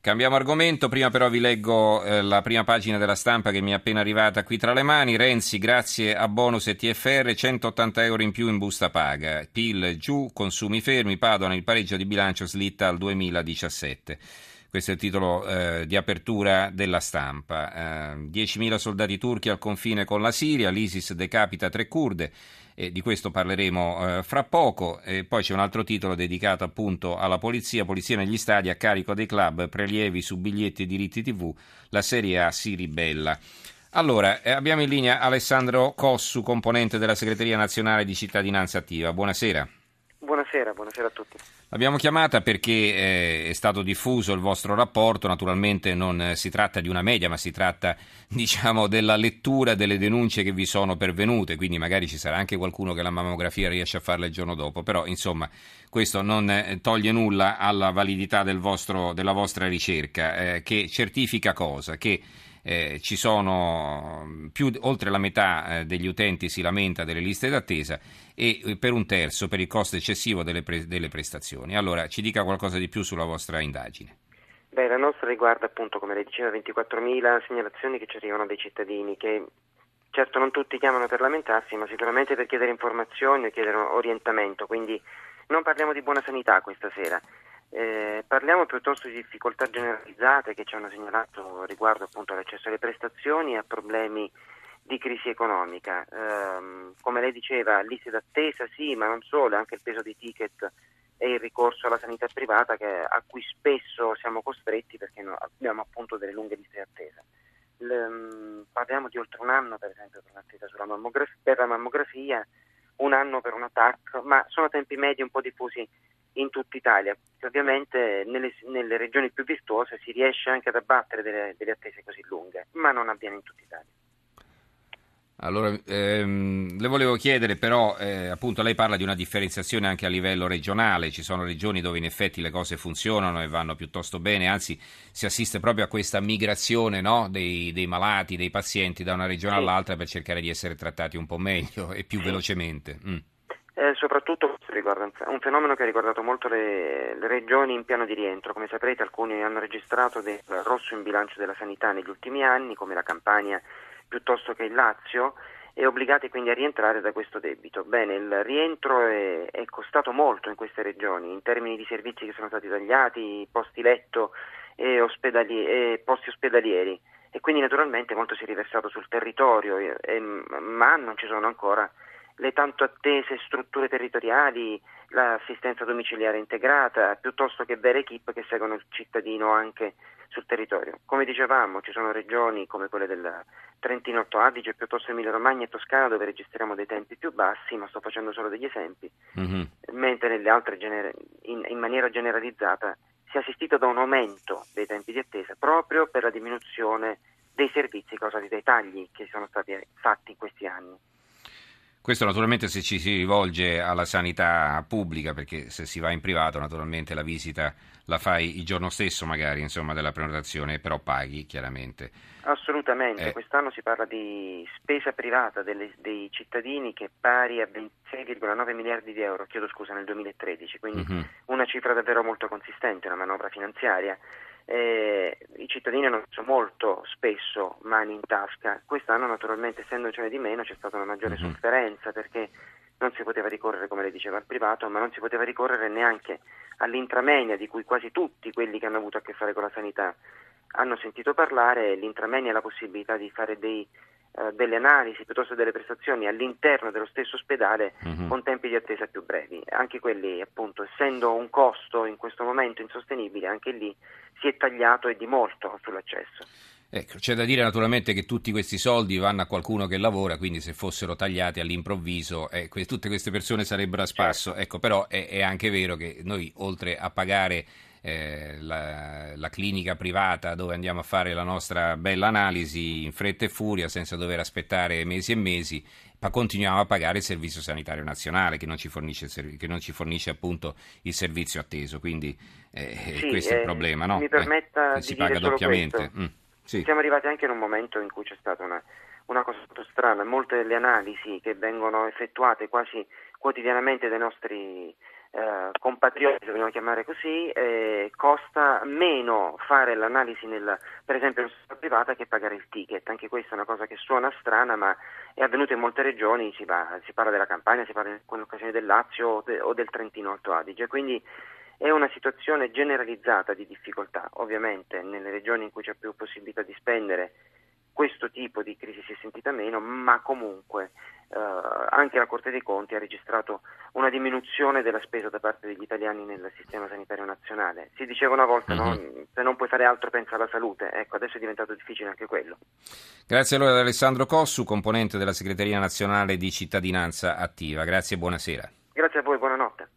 Cambiamo argomento, prima però vi leggo la prima pagina della Stampa che mi è appena arrivata qui tra le mani. Renzi, grazie a bonus e TFR, 180 euro in più in busta paga. PIL giù, consumi fermi, Padoan il pareggio di bilancio slitta al 2017. Questo è il titolo di apertura della Stampa. 10.000 soldati turchi al confine con la Siria, l'ISIS decapita 3 kurde. Di questo parleremo fra poco. Poi c'è un altro titolo dedicato appunto alla polizia negli stadi a carico dei club, prelievi su biglietti e diritti TV, la Serie A si ribella. Allora, abbiamo in linea Alessandro Cossu, componente della segreteria nazionale di Cittadinanza Attiva. Buonasera. Buonasera a tutti. L'abbiamo chiamata perché è stato diffuso il vostro rapporto, naturalmente non si tratta di una media, ma si tratta, diciamo, della lettura delle denunce che vi sono pervenute, quindi magari ci sarà anche qualcuno che la mammografia riesce a farla il giorno dopo, però insomma questo non toglie nulla alla validità della vostra ricerca, che certifica cosa? Che ci sono oltre la metà degli utenti si lamenta delle liste d'attesa e per un terzo per il costo eccessivo delle prestazioni. Allora, ci dica qualcosa di più sulla vostra indagine. La nostra riguarda appunto, come lei diceva, 24.000 segnalazioni che ci arrivano dai cittadini che certo non tutti chiamano per lamentarsi, ma sicuramente per chiedere informazioni e chiedere orientamento, quindi non parliamo di buona sanità questa sera. Parliamo piuttosto di difficoltà generalizzate che ci hanno segnalato riguardo appunto all'accesso alle prestazioni e a problemi di crisi economica. Come lei diceva, liste d'attesa sì, ma non solo, anche il peso dei ticket e il ricorso alla sanità privata a cui spesso siamo costretti perché abbiamo appunto delle lunghe liste d'attesa. Parliamo di oltre un anno per esempio per un'attesa per la mammografia, un anno per una TAC, ma sono tempi medi un po' diffusi in tutta Italia. Ovviamente nelle regioni più virtuose si riesce anche ad abbattere delle attese così lunghe, ma non avviene in tutta Italia. Allora, le volevo chiedere però, appunto lei parla di una differenziazione anche a livello regionale, ci sono regioni dove in effetti le cose funzionano e vanno piuttosto bene, anzi si assiste proprio a questa migrazione, no, dei malati, dei pazienti da una regione all'altra per cercare di essere trattati un po' meglio e più velocemente. Soprattutto questo riguarda un fenomeno che ha riguardato molto le regioni in piano di rientro. Come saprete, alcuni hanno registrato del rosso in bilancio della sanità negli ultimi anni, come la Campania piuttosto che il Lazio, e obbligati quindi a rientrare da questo debito. Bene, il rientro è costato molto in queste regioni, in termini di servizi che sono stati tagliati, posti letto e posti ospedalieri, e quindi naturalmente molto si è riversato sul territorio, ma non ci sono ancora le tanto attese strutture territoriali, l'assistenza domiciliare integrata, piuttosto che vere equip che seguono il cittadino anche sul territorio. Come dicevamo, ci sono regioni come quelle del Trentino Alto Adige, piuttosto Emilia Romagna e Toscana, dove registriamo dei tempi più bassi, ma sto facendo solo degli esempi, mentre nelle altre in maniera generalizzata si è assistito da un aumento dei tempi di attesa proprio per la diminuzione dei servizi causati dai tagli che sono stati fatti in questi anni. Questo naturalmente se ci si rivolge alla sanità pubblica, perché se si va in privato naturalmente la visita la fai il giorno stesso magari, insomma, della prenotazione, però paghi chiaramente. Assolutamente, quest'anno si parla di spesa privata dei cittadini che è pari a 26,9 miliardi di euro, nel 2013, quindi una cifra davvero molto consistente, una manovra finanziaria. I cittadini hanno messo molto spesso mani in tasca. Quest'anno naturalmente, essendocene di meno, c'è stata una maggiore sofferenza perché non si poteva ricorrere, come lei diceva, al privato, ma non si poteva ricorrere neanche all'intramoenia di cui quasi tutti quelli che hanno avuto a che fare con la sanità hanno sentito parlare. L'intramoenia è la possibilità di fare delle analisi piuttosto delle prestazioni all'interno dello stesso ospedale con tempi di attesa più brevi. Anche quelli, appunto, essendo un costo in questo momento insostenibile, anche lì si è tagliato e di molto sull'accesso. Ecco, c'è da dire naturalmente che tutti questi soldi vanno a qualcuno che lavora, quindi se fossero tagliati all'improvviso tutte queste persone sarebbero a spasso. Certo. Ecco, però è anche vero che noi, oltre a pagare la clinica privata dove andiamo a fare la nostra bella analisi in fretta e furia senza dover aspettare mesi e mesi, ma continuiamo a pagare il Servizio Sanitario Nazionale che non ci fornisce appunto il servizio atteso, quindi questo è il problema, no? Mi permetta che di si dire paga solo doppiamente. Sì. Siamo arrivati anche in un momento in cui c'è stata una cosa molto strana. Molte delle analisi che vengono effettuate quasi quotidianamente dai nostri compatrioti, se vogliamo chiamare così, costa meno fare l'analisi per esempio nel settore privata che pagare il ticket. Anche questa è una cosa che suona strana, ma è avvenuta in molte regioni, si parla della Campania, si parla in alcune occasioni del Lazio o del Trentino Alto Adige, quindi è una situazione generalizzata di difficoltà. Ovviamente nelle regioni in cui c'è più possibilità di spendere questo tipo di crisi si è sentita meno, ma comunque anche la Corte dei Conti ha registrato una diminuzione della spesa da parte degli italiani nel sistema sanitario nazionale. Si diceva una volta, no? Se non puoi fare altro pensa alla salute. Ecco, adesso è diventato difficile anche quello. Grazie allora ad Alessandro Cossu, componente della Segreteria Nazionale di Cittadinanza Attiva. Grazie e buonasera. Grazie a voi, buonanotte.